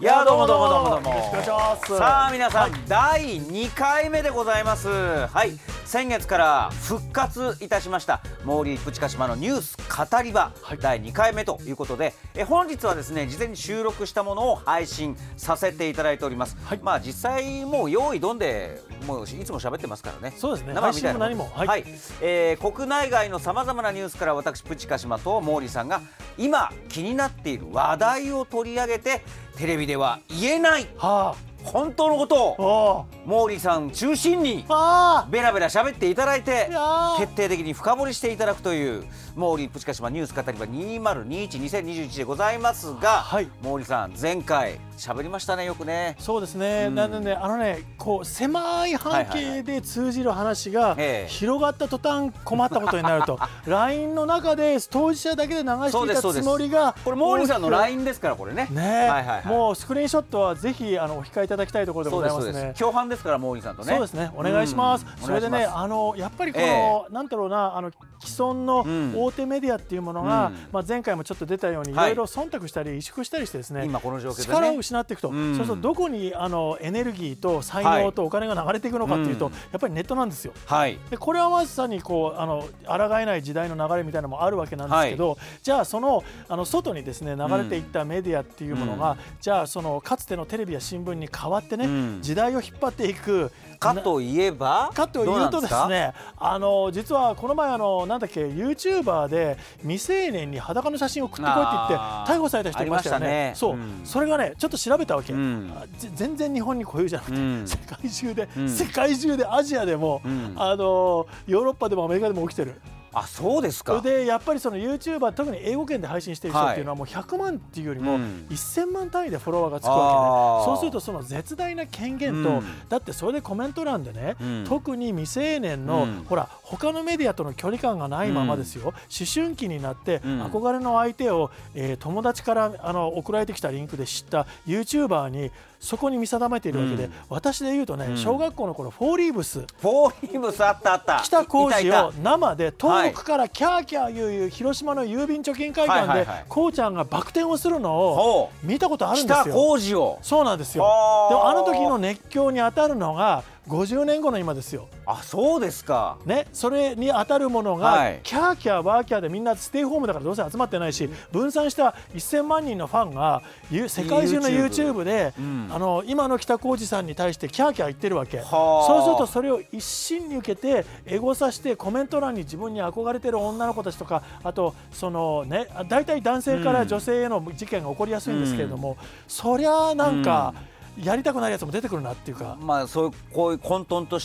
いやどうもどうもどうもどうも。 よろしくお願いします。 さあ皆さん、第2回目でございます。はい、先月から復活いたしましたモーリープチカシマのニュース語り場、第2回目ということで、本日はですね事前に収録したものを配信させていただいております。まあ実際もう用意どんでもういつも喋ってますからね。 そうですね。 生みたいな配信も何も。 はい、国内外のさまざまなニュースから私プチカシマとモーリーさんが今気になっている話題を取り上げて、テレビでは言えない本当のことをモーリーさん中心にベラベラ喋っていただいて、徹底的に深掘りしていただくというモーリープチカシマニュース語り場2021-2021でございますが、モーリーさん前回喋りましたね。よくね。 そうですね。なんでね、こう狭い半径で通じる話が広がった途端困ったことになるとLINE の中で当事者だけで流していたつもりが、 これモーリーさんの LINE ですからこれね。 もうスクリーンショットはぜひお控えいただきたいところでございますね。 共犯ですからモーリーさんとね。 そうですね。お願いします。それでね、やっぱりこのなんだろうな、既存の大手メディアっていうものが、前回もちょっと出たようにいろいろ忖度したり萎縮したりしてですね、 今この状況でね、 力を失っていくと、そうするとどこにエネルギーと才能とお金が流れていくのかっていうと、やっぱりネットなんですよ。でこれはまさにこう抗えない時代の流れみたいなのもあるわけなんですけど、じゃあその外にですね流れていったメディアっていうものが、じゃあそのかつてのテレビや新聞に代わってね、時代を引っ張っていくかといえば、 かというとですね、実はこの前なんだっけ YouTuber で未成年に裸の写真を送ってこいって言って逮捕された人いましたよね。そう、それがねちょっと調べたわけ。全然日本に固有じゃなくて、世界中でアジアでもヨーロッパでもアメリカでも起きてる。 あ、そうですか。 でやっぱりその YouTuber、 特に英語圏で配信している人っていうのはもう100万っていうよりも1000万単位でフォロワーがつくわけね。そうするとその絶大な権限と、だってそれでコメント欄でね、特に未成年のほら他のメディアとの距離感がないままですよ、思春期になって憧れの相手を友達から送られてきたリンクで知った YouTuber にそこに見定めているわけで、私で言うとね、小学校の頃フォーリーブスあったあった、 北浩二を生で遠くからキャーキャー言う広島の郵便貯金会館でこうちゃんがバク転をするのを見たことあるんですよ。 北浩二を。 そうなんですよ。でも時の熱狂に当たるのが50年後の今ですよ。 あ、そうですか。 ね、それに当たるものが、キャーキャーバーキャーでみんなステイホームだからどうせ集まってないし、分散した1000万人のファンが世界中の YouTube で、今の北浩二さんに対してキャーキャー言ってるわけ。そうするとそれを一心に受けてエゴサしてコメント欄に自分に憧れてる女の子たちとか、あとそのね、大体男性から女性への事件が起こりやすいんですけれども、そりゃなんか、やりたくないやつも出てくるなっていうか、 こういう混沌とした、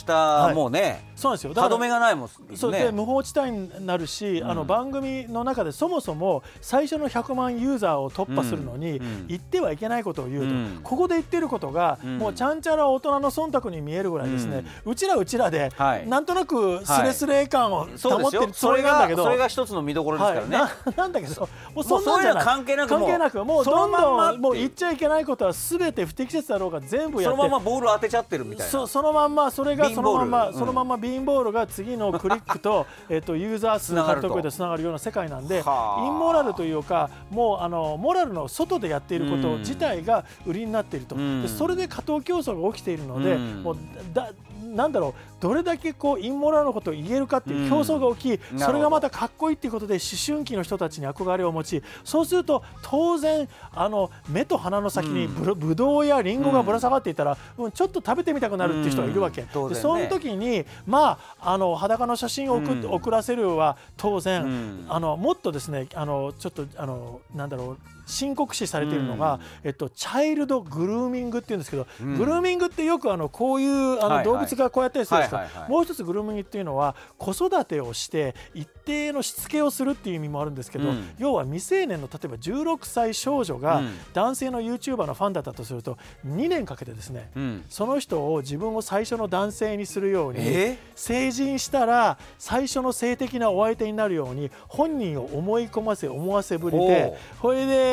もうね、 そうなんですよ。 歯止めがないもんね。 そうで無法地帯になるし、番組の中でそもそも最初の100万ユーザーを突破するのに、言ってはいけないことを言うと、ここで言ってることが、もうちゃんちゃら大人の忖度に見えるぐらいですね、うちらで、なんとなくスレスレ感を保ってるつもりなんだけど、 それが一つの見どころですからね。 なんだけど、もうそんなんじゃない、関係なくもうどんどんもう言っちゃいけないことは全て不適切だろうが全部やって、 そのままボール当てちゃってるみたいな。 そのまんまそれがそのままビーンボールが次のクリックとユーザー数獲得でつながるような世界なんで、インモラルというか、もうモラルの外でやっていること自体が売りになっていると。でそれで過当競争が起きているので、もうなんだろう、どれだけこうインモラルのことを言えるかっていう競争が起き、それがまたかっこいいっていうことで思春期の人たちに憧れを持ち、そうすると当然目と鼻の先にブドウやリンゴがぶら下がっていたら、ちょっと食べてみたくなるっていう人がいるわけで、その時に裸の写真を送らせるは当然、もっとですね、ちょっとなんだろう、深刻視されているのが、チャイルドグルーミングっていうんですけど、グルーミングってよくこういう動物がこうやったりするんですけど、もう一つグルーミングっていうのは子育てをして一定のしつけをするっていう意味もあるんですけど、要は未成年の例えば16歳少女が男性の YouTuber のファンだったとすると、2年かけてですね、その人を自分を最初の男性にするように、成人したら最初の性的なお相手になるように本人を思い込ませ思わせぶりで、それで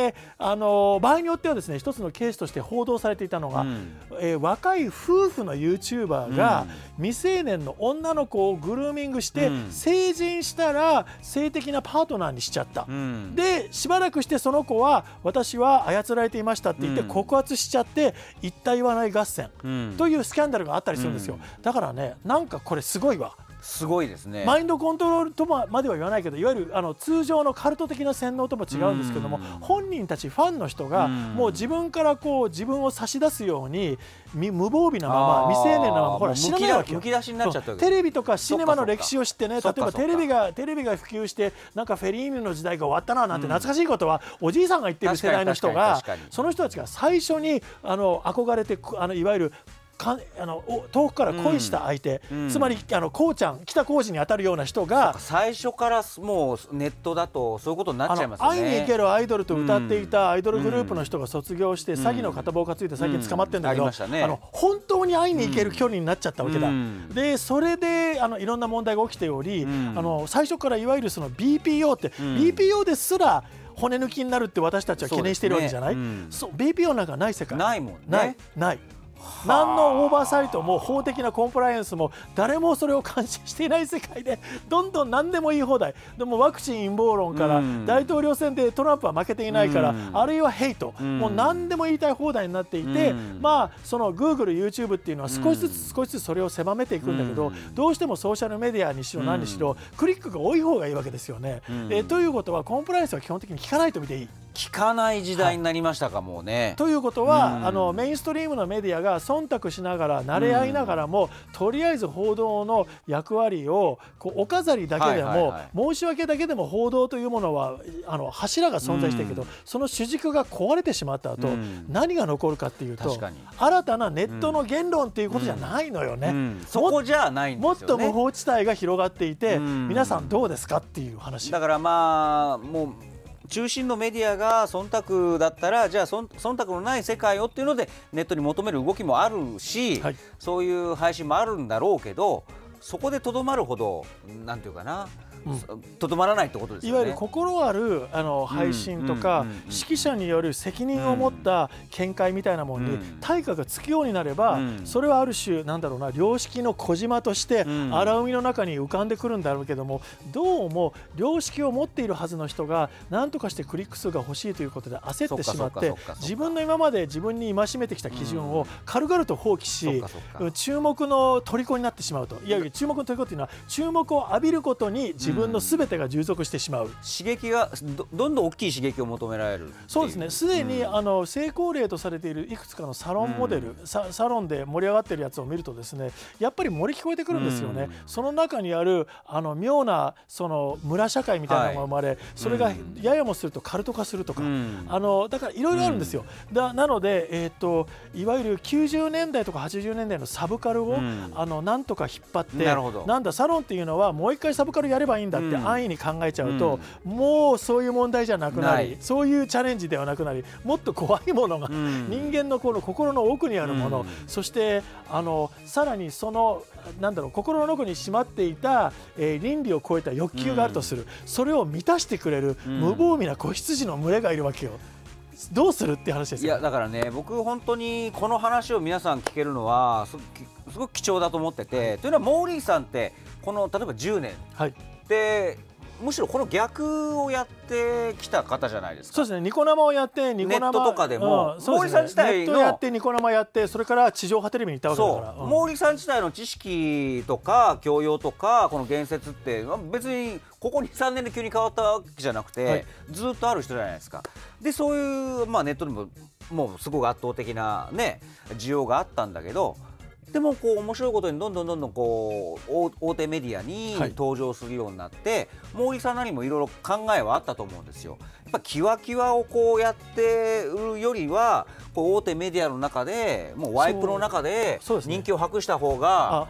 で場合によってはですね、一つのケースとして報道されていたのが、若い夫婦の YouTuber が未成年の女の子をグルーミングして、成人したら性的なパートナーにしちゃった、でしばらくしてその子は私は操られていましたって言って告発しちゃって、言った言わない合戦というスキャンダルがあったりするんですよ。だからね、なんかこれすごいわ。 すごいですね。 マインドコントロールとまでは言わないけど、いわゆる通常のカルト的な洗脳とも違うんですけども、本人たちファンの人がもう自分からこう自分を差し出すように無防備なまま、未成年なまま、ほら知らないわけよ。 むき出しになっちゃったわけ。 テレビとかシネマの歴史を知ってね、例えばテレビが普及してなんかフェリーニの時代が終わったななんて懐かしいことはおじいさんが言ってる世代の人が、その人たちが最初に憧れていわゆる遠くから恋した相手、つまりこうちゃん、北浩二に当たるような人が最初からもうネットだとそういうことになっちゃいますよね。 会いに行けるアイドルと歌っていたアイドルグループの人が卒業して詐欺の片棒担いで最近捕まってるんだけど、本当に会いに行ける距離になっちゃったわけだ。でそれでいろんな問題が起きており、最初からいわゆるその BPO って、BPO ですら骨抜きになるって私たちは懸念しているわけじゃない。そう、BPO なんかない世界ないもんね。 ない何のオーバーサイトも法的なコンプライアンスも誰もそれを監視していない世界で、どんどん何でも言い放題でも、ワクチン陰謀論から大統領選でトランプは負けていないから、あるいはヘイト、もう何でも言いたい放題になっていて、まあその Google、YouTube っていうのは少しずつそれを狭めていくんだけど、どうしてもソーシャルメディアにしろ何にしろクリックが多い方がいいわけですよね。ということはコンプライアンスは基本的に効かないと見ていい。 聞かない時代になりましたか、もうね。 ということは、メインストリームのメディアが忖度しながら慣れ合いながらも、とりあえず報道の役割をお飾りだけでも、申し訳だけでも報道というものは柱が存在してるけど、その主軸が壊れてしまった後、何が残るかっていうと、新たなネットの言論っていうことじゃないのよね。 そこじゃないんですよね。 もっと無法地帯が広がっていて、皆さんどうですかっていう話だから、まあもう中心のメディアが忖度だったら、じゃあ忖度のない世界をっていうのでネットに求める動きもあるし、そういう配信もあるんだろうけど、そこでとどまるほどなんていうかな、とどまらないってことですよね。 いわゆる心ある配信とか、指揮者による責任を持った見解みたいなものに対価がつくようになれば、それはある種なんだろうな、良識の小島として荒海の中に浮かんでくるんだろうけども、どうも良識を持っているはずの人が何とかしてクリック数が欲しいということで焦ってしまって、自分の今まで自分に戒めてきた基準を軽々と放棄し、注目の虜になってしまうと。いわゆる注目の虜というのは、注目を浴びることに自分の全てが従属してしまう。 刺激がどんどん大きい刺激を求められる。 そうですね。すでに成功例とされているいくつかのサロンモデル、サロンで盛り上がっているやつを見るとですね、やっぱり漏れ聞こえてくるんですよね。その中にある妙なその村社会みたいなのが生まれ、それがややもするとカルト化するとか、だからいろいろあるんですよ。なので、いわゆる90年代とか80年代のサブカルを、なんとか引っ張って、なんだサロンっていうのはもう一回サブカルやればいいんだって安易に考えちゃうと、もうそういう問題じゃなくなり、そういうチャレンジではなくなり、もっと怖いものが、人間のこの心の奥にあるもの、そしてさらにそのなんだろう、心の奥にしまっていた、倫理を超えた欲求があるとする、それを満たしてくれる無防備な子羊の群れがいるわけよ。どうするって話ですよ。 いやだからね、僕本当にこの話を皆さん聞けるのはすごく貴重だと思ってて、というのはモーリーさんってこの例えば10年で、むしろこの逆をやってきた方じゃないですか。 そうですね。ニコ生をやって、 ネットとかでも、モーリーさん自体のネットやってニコ生やって、それから地上波テレビに行ったわけだから。 モーリーさん自体の知識とか教養とかこの言説って別にここ 2,3 年で急に変わったわけじゃなくて、ずっとある人じゃないですか。でそういう、ネットでももうすごく圧倒的なね需要があったんだけど、でもこう面白いことにどんどんこう大手メディアに登場するようになって、モーリーさんなりもいろいろ考えはあったと思うんですよ。やっぱキワキワをこうやってるよりは、こう大手メディアの中でもうワイプの中で人気を博した方が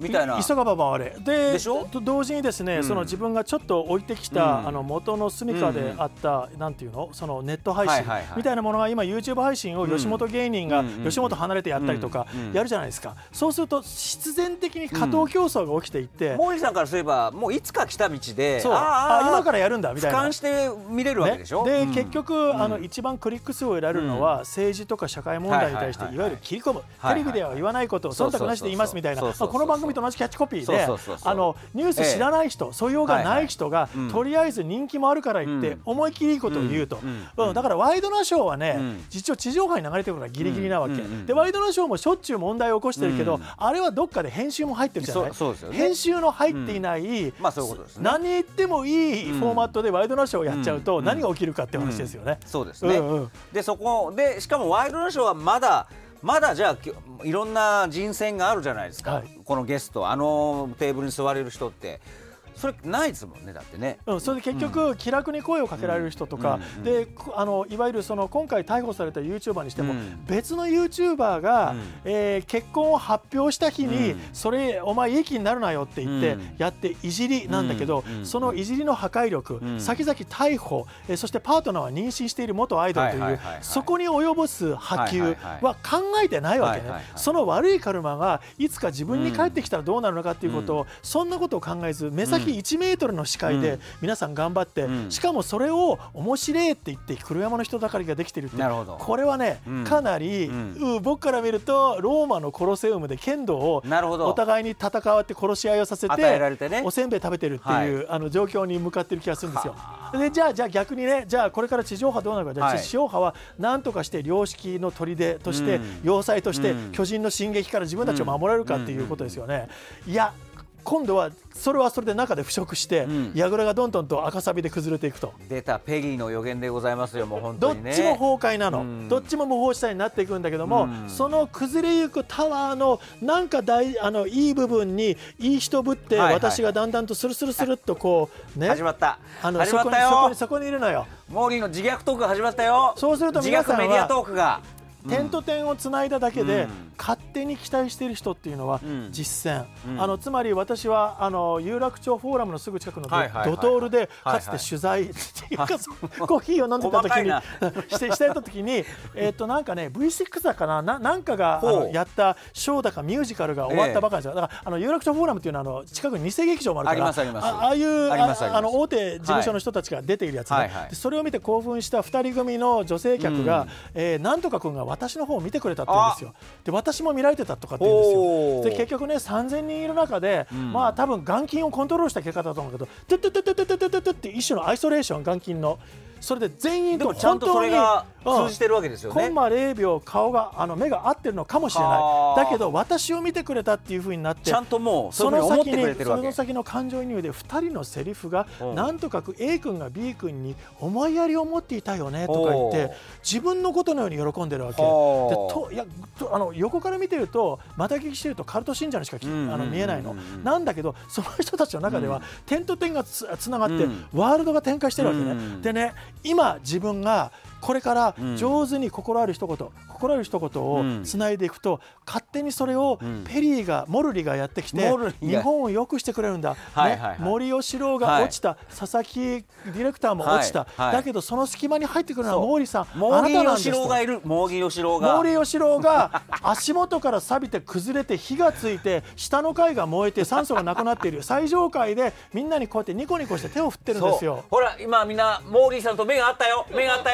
みたいな急がば回れでしょ。 同時にですね、その自分がちょっと置いてきた、元の住処であった、なんていうの、そのネット配信みたいなものが今 YouTube 配信を吉本芸人が吉本離れてやったりとかやるじゃないですか。そうすると必然的に過当競争が起きていって、 毛利さんからすればもういつか来た道で、 今からやるんだみたいな、 俯瞰して見れるわけでしょ。 で結局一番クリック数を得られるのは政治とか社会問題に対していわゆる切り込む、テレビでは言わないことを忖度なしで言いますみたいな、この番組と同じキャッチコピーでニュース知らない人、素養がない人がとりあえず人気もあるから言って思い切りいいことを言うと。だからワイドナショーはね、実は地上波に流れてくるのがギリギリなわけで、ワイドナショーもしょっちゅう問題を起こしてるけど、あれはどっかで編集も入ってるじゃない。編集の入っていない何言ってもいいフォーマットでワイドナショーをやっちゃうと何が起きるかって話ですよね。 そうですね。でそこでしかもワイドナショーはまだじゃあいろんな人選があるじゃないですか、このゲストテーブルに座れる人ってそれないですもんね。だってね、 それで結局気楽に声をかけられる人とかで、いわゆるその今回逮捕された YouTuber にしても、別の YouTuber が結婚を発表した日にそれお前いい気になるなよって言ってやっていじりなんだけど、そのいじりの破壊力、先々逮捕、そしてパートナーは妊娠している元アイドルというそこに及ぼす波及は考えてないわけね。その悪いカルマがいつか自分に返ってきたらどうなるのかっていうことを、そんなことを考えず目先1メートルの視界で皆さん頑張って、しかもそれを面白いって言って黒山の人だかりができてるって、これはね、かなり僕から見るとローマのコロセウムで剣道をお互いに戦わって殺し合いをさせておせんべい食べてるっていう状況に向かってる気がするんですよ。でじゃあ逆にね、じゃあこれから地上波どうなるか、じゃあ地上波は何とかして良識の砦として要塞として巨人の進撃から自分たちを守れるかっていうことですよね。いや今度はそれはそれで中で腐食して櫓がどんどんと赤サビで崩れていくと。 出たペギーの予言でございますよ。もう本当にね、 どっちも崩壊なの、どっちも無法地帯になっていくんだけども、その崩れゆくタワーのなんかいい部分にいい人ぶって、私がだんだんとスルスルスルっとこうね、 始まったよ。 そこにいるのよ。 モーリーの自虐トークが始まったよ。 そうすると皆さんは自虐メディアトークが点と点をつないだだけで、勝手に期待している人っていうのは実践、つまり私は有楽町フォーラムのすぐ近くのドトールでかつて取材コーヒーを飲んでた時にしてた時になんかね V6 だかなんかがやったショーだかミュージカルが終わったばかりですよ。だから有楽町フォーラムっていうのは近くに偽劇場もあるから、ああいう大手事務所の人たちが出ているやつで、それを見て興奮した2人組の女性客がなんとか君が私の方を見てくれたって言うんですよ。で私も見られてたとかって言うんですよ。で結局ね3000人いる中で、まあ多分眼筋をコントロールした結果だと思うけど、トゥットゥットゥットゥットゥットゥットゥって一種のアイソレーション、眼筋のそれで全員とちゃんとそれが通じてるわけですよね。 コンマ0秒顔が目が合ってるのかもしれない。だけど私を見てくれたっていう風になって、 ちゃんともうその先の感情移入で2人のセリフがなんとかく A 君が B 君に思いやりを持っていたよねとか言って自分のことのように喜んでるわけで、いや横から見てるとまた聞きしてるとカルト信者にしか見えないのなんだけど、その人たちの中では点と点がつながってワールドが展開してるわけね。でね、今自分がこれから上手に心ある一言をつないでいくと、勝手にそれをモルリがやってきて日本を良くしてくれるんだ、森喜朗が落ちた、佐々木ディレクターも落ちた、だけどその隙間に入ってくるのは毛利さん、 毛利喜朗がいる。毛利喜朗が足元から錆びて崩れて火がついて下の階が燃えて酸素がなくなっている最上階でみんなにこうやってニコニコして手を振ってるんですよ。 ほら今みんなモーリーさんと目が合ったよ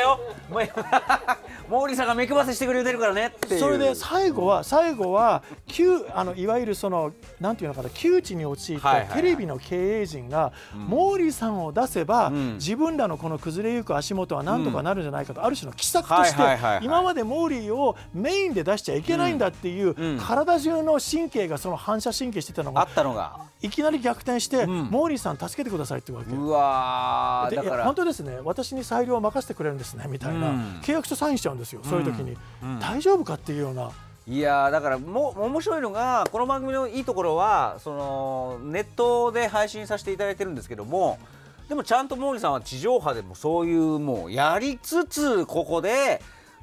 モーリーさんが目配せしてくれてるからねっていう。 それで最後はいわゆるそのなんていうのかな、窮地に陥ったテレビの経営陣がモーリーさんを出せば自分らのこの崩れゆく足元はなんとかなるんじゃないかと、ある種の奇策として今までモーリーをメインで出しちゃいけないんだっていう体中の神経がその反射神経してたのがいきなり逆転して、モーリーさん助けてくださいって言うわけ。 うわー、だから本当ですね、私に裁量を任せてくれるんですねみたいな、契約書サインしちゃうんですよ、そういう時に、大丈夫かっていうような。 いやだから面白いのがこの番組のいいところはそのネットで配信させていただいてるんですけども、でもちゃんと毛利さんは地上波でもそういうもうやりつつここで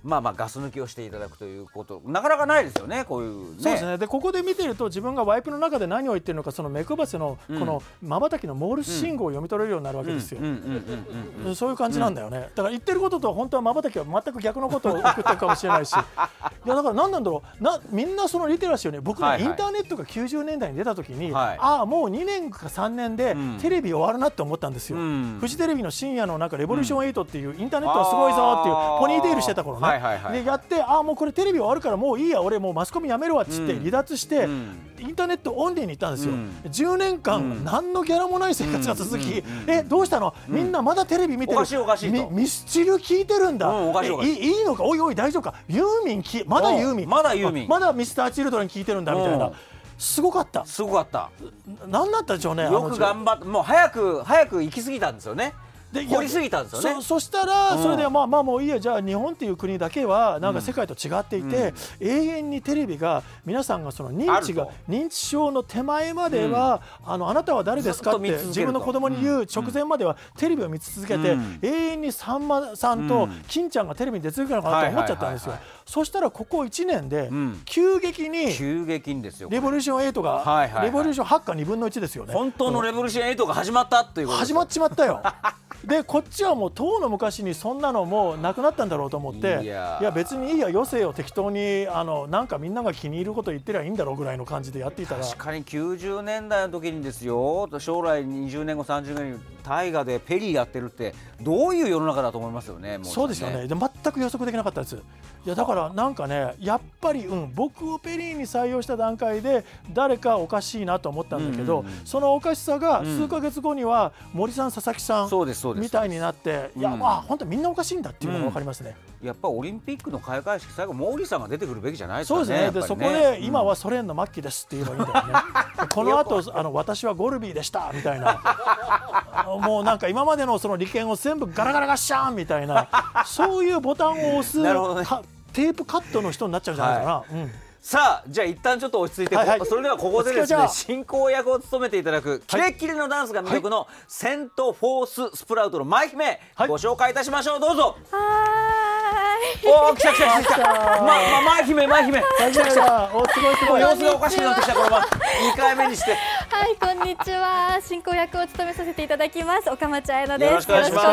まあガス抜きをしていただくということなかなかないですよね、こういうね。 そうですね。でここで見てると自分がワイプの中で何を言ってるのか、その目配せのこの瞬きのモールス信号を読み取れるようになるわけですよ。そういう感じなんだよね。だから言ってることと本当は瞬きは全く逆のことを送ってるかもしれないしいやだから何なんだろうみんなそのリテラシーをね、僕ね、インターネットが90年代に出た時に、ああもう2年か3年でテレビ終わるなって思ったんですよ。フジテレビの深夜のなんかレボリューション8っていうインターネットはすごいぞっていうポニーテールしてた頃ね、でやって、ああもうこれテレビ終わるからもういいや、俺もうマスコミやめるわっつって離脱して、インターネットオンリーに行ったんですよ。10年間何のギャラもない生活が続き、どうしたの、みんなまだテレビ見てる、ミスチル聞いてるんだ、いいのか、おいおい大丈夫か、ユーミンまだユーミンまだミスターチルドレン聞いてるんだみたいな、すごかった。何だったでしょうね。 よく頑張って、もう早く行き過ぎたんですよね。掘りすぎたんですよね。 そしたらそれでまあもういいや、じゃあ日本っていう国だけはなんか世界と違っていて、永遠にテレビが皆さんがその認知症の手前までは、あなたは誰ですかって自分の子供に言う直前まではテレビを見続けて、永遠にさんまさんと金ちゃんがテレビに出続けるのかなと思っちゃったんですよ。そしたらここ1年で急激にですよ。 レボリューション8がレボリューション8か2分の1ですよね。 本当のレボリューション8が始まったということです。 始まっちまったよ。でこっちはもうとうの昔にそんなのもうなくなったんだろうと思って、いや別にいいや、余生を適当になんかみんなが気に入ること言ってりゃいいんだろうぐらいの感じでやっていたら、 確かに90年代の時にですよ、将来20年後30年後に大河でペリーやってるってどういう世の中だと思いますよね。もうそうですよね。で全く予測できなかったです。いやだからなんかね、やっぱり、僕をペリーに採用した段階で誰かおかしいなと思ったんだけど、そのおかしさが数ヶ月後には森さん佐々木さんみたいになって、いや本当にみんなおかしいんだっていうのが分かりますね。 やっぱオリンピックの開会式、最後毛利さんが出てくるべきじゃないですかね。 そうですね。でそこで今はソ連の末期ですって言えばいいんだよね。この後私はゴルビーでしたみたいな、もうなんか今までのその利権を全部ガラガラガッシャーンみたいな、そういうボタンを押すテープカットの人になっちゃうんじゃないかな。 さあじゃあ一旦ちょっと落ち着いて、それではここでですね、進行役を務めていただくキレッキレのダンスが魅力のセント・フォース・スプラウトの舞姫、ご紹介いたしましょう。どうぞ。おー、来た舞姫来た。おすごい様子がおかしくなってきた。これは2回目にして。 はい、こんにちは。進行役を務めさせていただきます岡町彩乃です。 よろしくお願いします。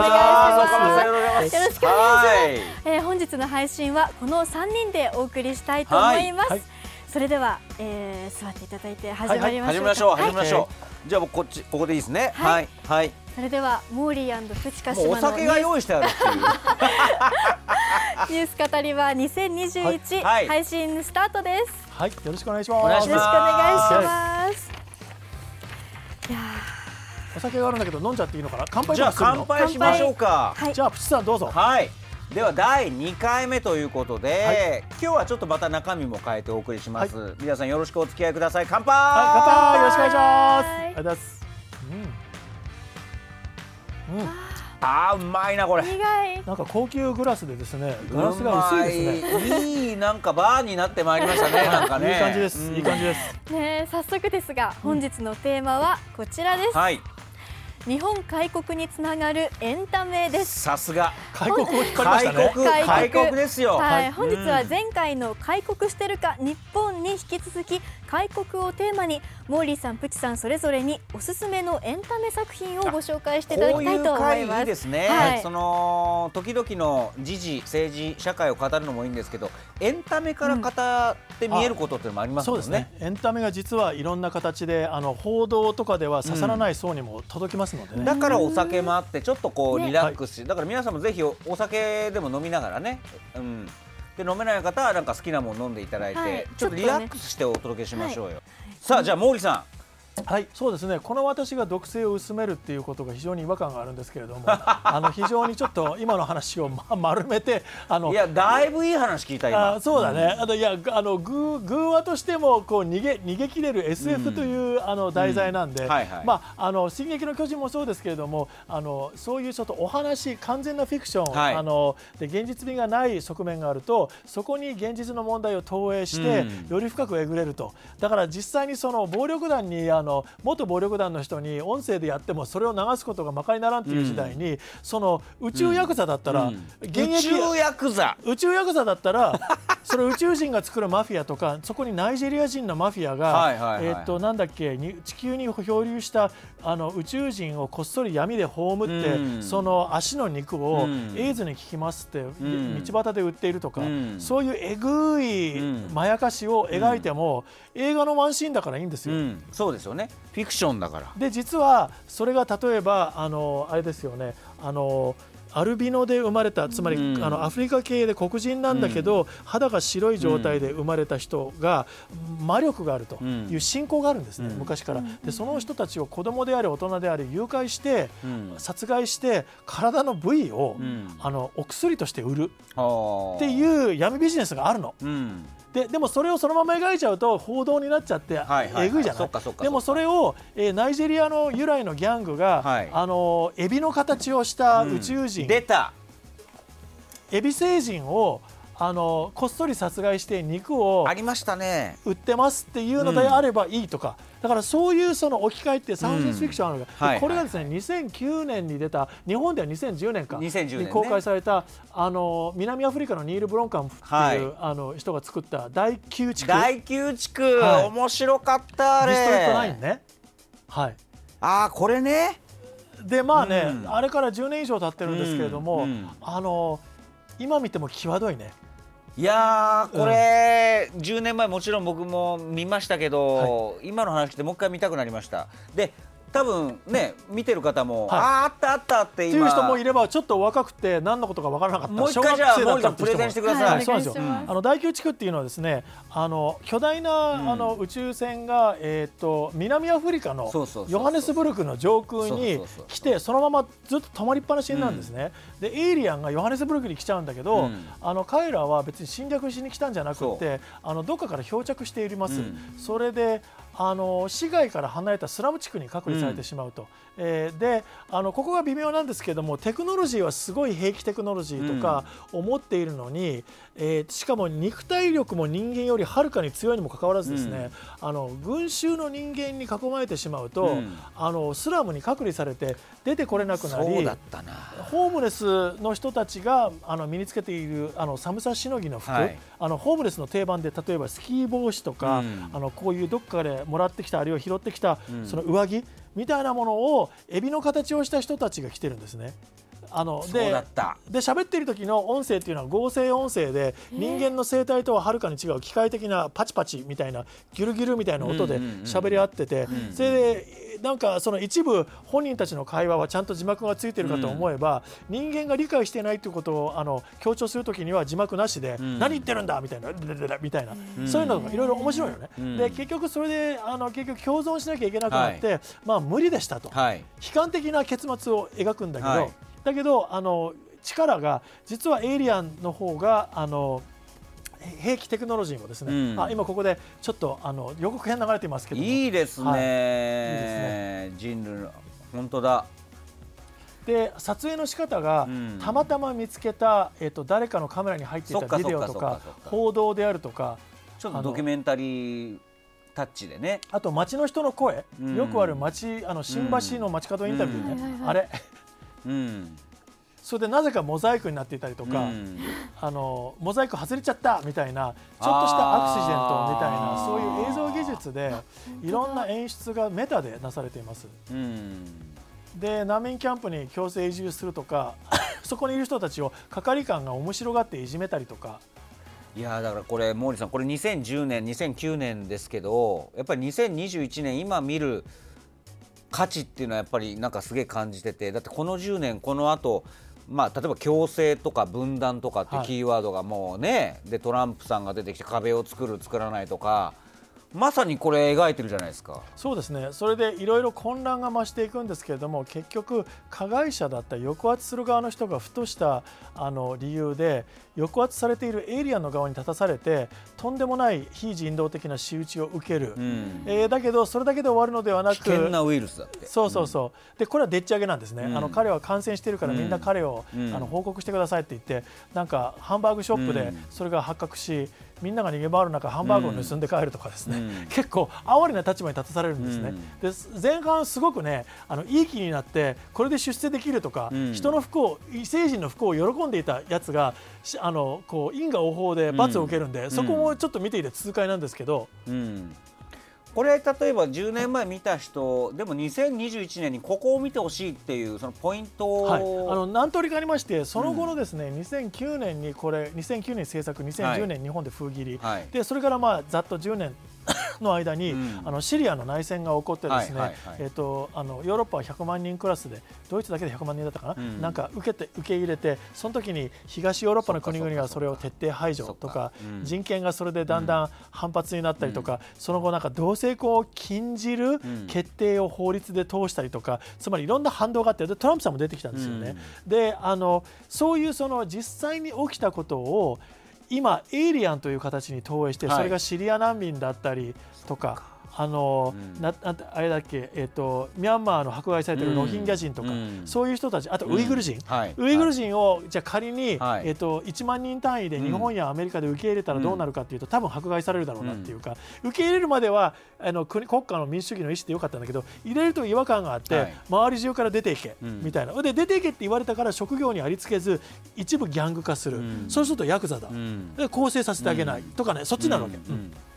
本日の配信はこの3人でお送りしたいと思います。それでは、座っていただいて始まりましょう。 じゃあここでいいですね。はい。 それではモーリー&プチカシマのお酒が用意してあるっていうニュース語りは2021、配信スタートです。 はい、よろしくお願いします。 よろしくお願いします。いやお酒があるんだけど飲んじゃっていいのかな。乾杯。 じゃあ乾杯しましょうか。 じゃあプチさんどうぞ。 では第2回目ということで、今日はちょっとまた中身も変えてお送りします。皆さんよろしくお付き合いください。乾杯。 よろしくお願いします。ありがとうございます。 うまいなこれ。 なんか高級グラスでですね、ガラスが薄いですね。 いいなんかバーになってまいりましたね。なんかね。 いい感じです。いい感じです。 ね、早速ですが本日のテーマはこちらです。日本開国につながるエンタメです。 さすが開国を引っ張りましたね。 開国ですよ。 本日は前回の開国してるか日本に引き続き開国をテーマにモーリーさん、プチさんそれぞれにおすすめのエンタメ作品をご紹介していただきたいと思います。 こういう回いいですね。その時々の時事、政治、社会を語るのもいいんですけど、エンタメから語って見えることっていうのもありますもんね。 そうですね。エンタメが実はいろんな形で報道とかでは刺さらない層にも届きますのでね。 だからお酒もあってちょっとこうリラックスし、だから皆さんもぜひお酒でも飲みながらね、で飲めない方はなんか好きなもの飲んでいただいて、ちょっとリラックスしてお届けしましょうよ。さあじゃあ毛利さん。 はい、そうですね。この私が毒性を薄めるっていうことが非常に違和感があるんですけれども、非常にちょっと今の話を丸めて、 いやだいぶいい話聞いた今。 そうだね。いや偶話としてもこう逃げ切れる SF という題材なんで、進撃の巨人もそうですけれども、そういうちょっとお話、完全なフィクション、で現実味がない側面があると、そこに現実の問題を投影して、より深くえぐれると。だから実際にその暴力団に元暴力団の人に音声でやってもそれを流すことがまかりならんっていう時代に、その宇宙ヤクザだったら、 宇宙ヤクザだったらそれ宇宙人が作るマフィアとか、そこにナイジェリア人のマフィアがなんだっけ、地球に漂流した宇宙人をこっそり闇で葬って、その足の肉をエイズに効きますって道端で売っているとか、そういうえぐいまやかしを描いても、映画のワンシーンだからいいんですよ。 そうですよね、フィクションだから。 で実はそれが例えばあれですよね、アルビノで生まれた、つまりアフリカ系で黒人なんだけど、肌が白い状態で生まれた人が魔力があるという信仰があるんですね、昔から。でその人たちを子供であれ大人であれ誘拐して、殺害して体の部位を、お薬として売るっていう闇ビジネスがあるの。でもそれをそのまま描いちゃうと報道になっちゃってえぐいじゃない。でもそれを、ナイジェリアの由来のギャングが、エビの形をした宇宙人、 出たエビ星人をこっそり殺害して肉をありましたね、 売ってますっていうのであればいいとか、だからそういうその置き換えってサウンドフィクションあるのが、これがですね2009年に出た、日本では2010年かに公開された南アフリカのニール・ブロンカンプっていう人が作った第9地区、 面白かった。あれディストリクト9ね。はい、 これね。 でまあね、あれから10年以上経ってるんですけれども、今見ても際どいね。 いやこれ、10年前もちろん僕も見ましたけど、今の話聞いてもう一回見たくなりました。で多分ね、見てる方も、あったっていう人もいれば、ちょっと若くて何のことか分からなかった、 もう一回じゃあモーリーさんプレゼンしてください。 そうなんですよ。第9地区っていうのはですね、巨大な宇宙船が南アフリカのヨハネスブルクの上空に来て、そのままずっと止まりっぱなしなんですね。でエイリアンがヨハネスブルクに来ちゃうんだけど、彼らは別に侵略しに来たんじゃなくて、どっかから漂着しています。それで市街から離れたスラム地区に隔離されてしまうと。でここが微妙なんですけども、テクノロジーはすごい兵器テクノロジーとか思っているのに、しかも肉体力も人間よりはるかに強いにもかかわらずですね、群衆の人間に囲まれてしまうと、スラムに隔離されて出てこれなくなり、ホームレスの人たちが身につけている寒さしのぎの服、ホームレスの定番で例えばスキー帽子とか、こういうどっかでもらってきた、あるいは拾ってきたその上着みたいなものをエビの形をした人たちが来てるんですね。で喋っている時の音声っていうのは合成音声で、人間の声帯とははるかに違う機械的なパチパチみたいなギュルギュルみたいな音で喋り合ってて、それでなんかその一部本人たちの会話はちゃんと字幕がついてるかと思えば、人間が理解していないということを強調するときには字幕なしで、何言ってるんだみたいなそういうのがいろいろ面白いよね。で結局それで結局共存しなきゃいけなくなって、無理でしたと、悲観的な結末を描くんだけど、力が実はエイリアンの方が兵器テクノロジーもですね、今ここでちょっと予告編流れていますけども、 いいですね、人類本当だ。 で撮影の仕方が、たまたま見つけた、誰かのカメラに入っていたビデオとか報道であるとか、 ちょっとドキュメンタリータッチでね、 あと街の人の声、よくある新橋の街角インタビューね、あれそれでなぜかモザイクになっていたりとか、モザイク外れちゃったみたいな、ちょっとしたアクシデントみたいな、そういう映像技術でいろんな演出がメタでなされています。で難民キャンプに強制移住するとかそこにいる人たちを係官が面白がっていじめたりとか。 いやだからこれ毛利さん、これ2010年2009年ですけど、やっぱり2021年今見る価値っていうのはやっぱりなんかすげえ感じてて、だってこの10年この後、例えば共生とか分断とかってキーワードがもうね、でトランプさんが出てきて壁を作る作らないとか、まさにこれ描いてるじゃないですか。 そうですね。それでいろいろ混乱が増していくんですけれども、結局加害者だった抑圧する側の人がふとした理由で抑圧されているエイリアンの側に立たされて、とんでもない非人道的な仕打ちを受ける、だけどそれだけで終わるのではなく、 危険なウイルスだって。 でこれはでっち上げなんですね。彼は感染しているからみんな彼を、報告してくださいって言って、なんかハンバーグショップでそれが発覚し、みんなが逃げ回る中ハンバーグを盗んで帰るとかですね、 結構哀れな立場に立たされるんですね。で前半すごくねいい気になってこれで出世できるとか、人の不幸異星人の不幸を喜んでいたやつがこう因果応報で罰を受けるんで、そこもちょっと見ていて痛快なんですけど、 これ例えば10年前見た人でも2021年にここを見てほしいっていうそのポイントを、 何通りかありまして、その後のですね、2009年に2009年制作、2010年日本で封切り、でそれからざっと10年の間に、シリアの内戦が起こってですね、ヨーロッパは100万人クラスでドイツだけで100万人だったかな、なんか受け入れて、その時に東ヨーロッパの国々がそれを徹底排除とか、人権がそれでだんだん反発になったりとか、その後なんか同性婚を禁じる決定を法律で通したりとか、つまりいろんな反動があって、トランプさんも出てきたんですよね。でそういうその実際に起きたことを今エイリアンという形に投影して、それがシリア難民だったりとか、あれだっけ、ミャンマーの迫害されているロヒンギャ人とか、そういう人たち、あとウイグル人、ウイグル人をじゃあ仮に、1万人単位で日本やアメリカで受け入れたらどうなるかというと、多分迫害されるだろうなっていうか、受け入れるまでは国家の民主主義の意思でよかったんだけど、入れると違和感があって、周り中から出ていけ、みたいなで出ていけって言われたから職業にありつけず一部ギャング化する、そうするとヤクザだ、で更生させてあげないとかね、そっちなわけ。